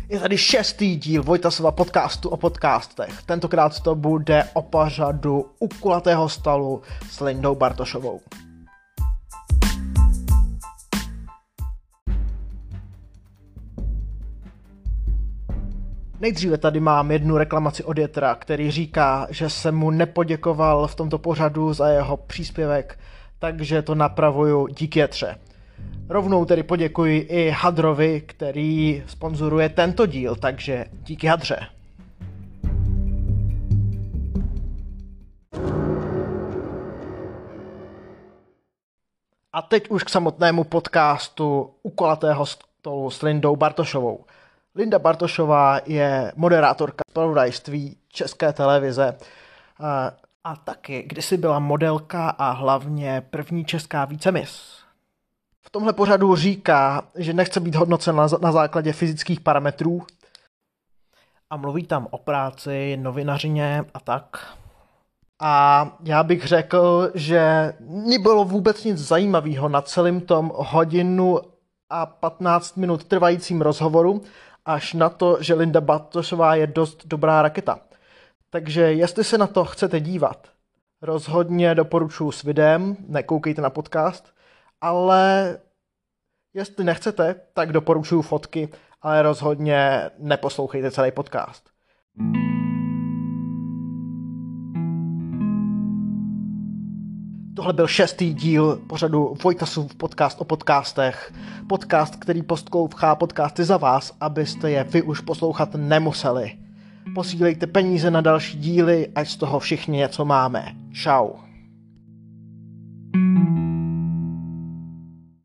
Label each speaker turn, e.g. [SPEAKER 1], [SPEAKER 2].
[SPEAKER 1] Je tady 6. díl Vojtasova podcastu o podcastech. Tentokrát to bude o pořadu U kulatého stolu s Lindou Bartošovou. Nejdříve tady mám jednu reklamaci od Jetra, který říká, že jsem mu nepoděkoval v tomto pořadu za jeho příspěvek, takže to napravuju díky Jetře. Rovnou tedy poděkuji i Hadrovi, který sponzoruje tento díl, takže díky Hadře. A teď už k samotnému podcastu U kulatého stolu s Lindou Bartošovou. Linda Bartošová je moderátorka zpravodajství České televize a taky kdysi byla modelka a hlavně první česká vícemis. V tomhle pořadu říká, že nechce být hodnocen na základě fyzických parametrů a mluví tam o práci, novinařině a tak. A já bych řekl, že nebylo vůbec nic zajímavého na celém tom 1 hodinu a 15 minut trvajícím rozhovoru, až na to, že Linda Bartošová je dost dobrá raketa. Takže jestli se na to chcete dívat, rozhodně doporučuji s videem, nekoukejte na podcast, ale jestli nechcete, tak doporučuji fotky, ale rozhodně neposlouchejte celý podcast. Tohle byl 6. díl pořadu Vojtasův podcast o podcastech. Podcast, který postkouchá podcasty za vás, abyste je vy už poslouchat nemuseli. Posílejte peníze na další díly, ať z toho všichni něco máme. Čau.